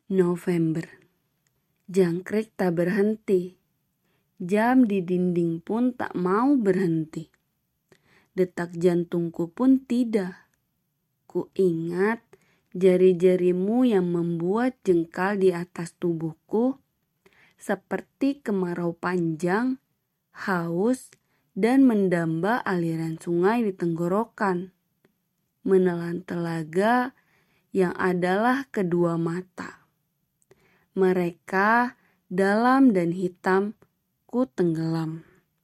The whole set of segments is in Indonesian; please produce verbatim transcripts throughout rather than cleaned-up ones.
November. Jangkrik tak berhenti. Jam di dinding pun tak mau berhenti. Detak jantungku pun tidak. Ku ingat jari-jarimu yang membuat jengkal di atas tubuhku, seperti kemarau panjang, haus, dan mendamba aliran sungai di tenggorokan. Menelan telaga yang adalah kedua mata. Mereka dalam dan hitam, ku tenggelam.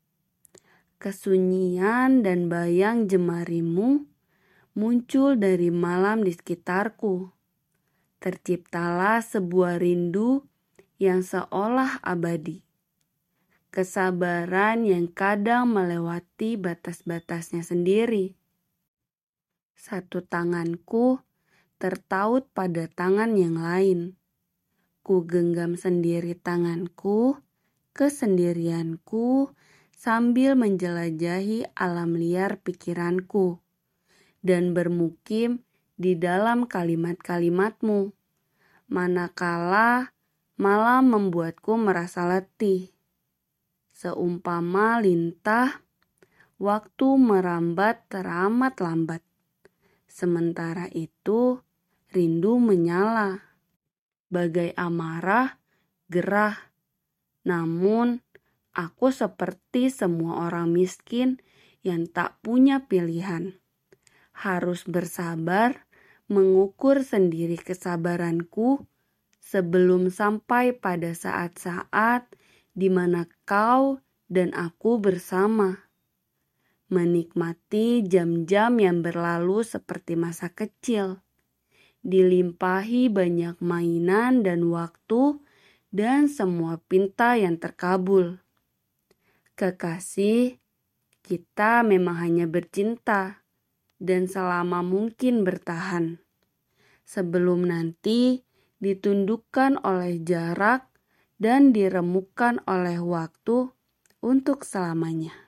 Kesunyian dan bayang jemarimu muncul dari malam di sekitarku. Terciptalah sebuah rindu yang seolah abadi. Kesabaran yang kadang melewati batas-batasnya sendiri. Satu tanganku tertaut pada tangan yang lain. Ku genggam sendiri tanganku, kesendirianku, sambil menjelajahi alam liar pikiranku, dan bermukim di dalam kalimat-kalimatmu, manakala malam membuatku merasa letih. Seumpama lintah, waktu merambat teramat lambat. Sementara itu, rindu menyala. Bagai amarah, gerah. Namun, aku seperti semua orang miskin yang tak punya pilihan. Harus bersabar, mengukur sendiri kesabaranku sebelum sampai pada saat-saat di mana kau dan aku bersama. Menikmati jam-jam yang berlalu seperti masa kecil. Dilimpahi banyak mainan dan waktu dan semua pinta yang terkabul. Kekasih, kita memang hanya bercinta dan selama mungkin bertahan. Sebelum nanti ditundukkan oleh jarak dan diremukkan oleh waktu untuk selamanya.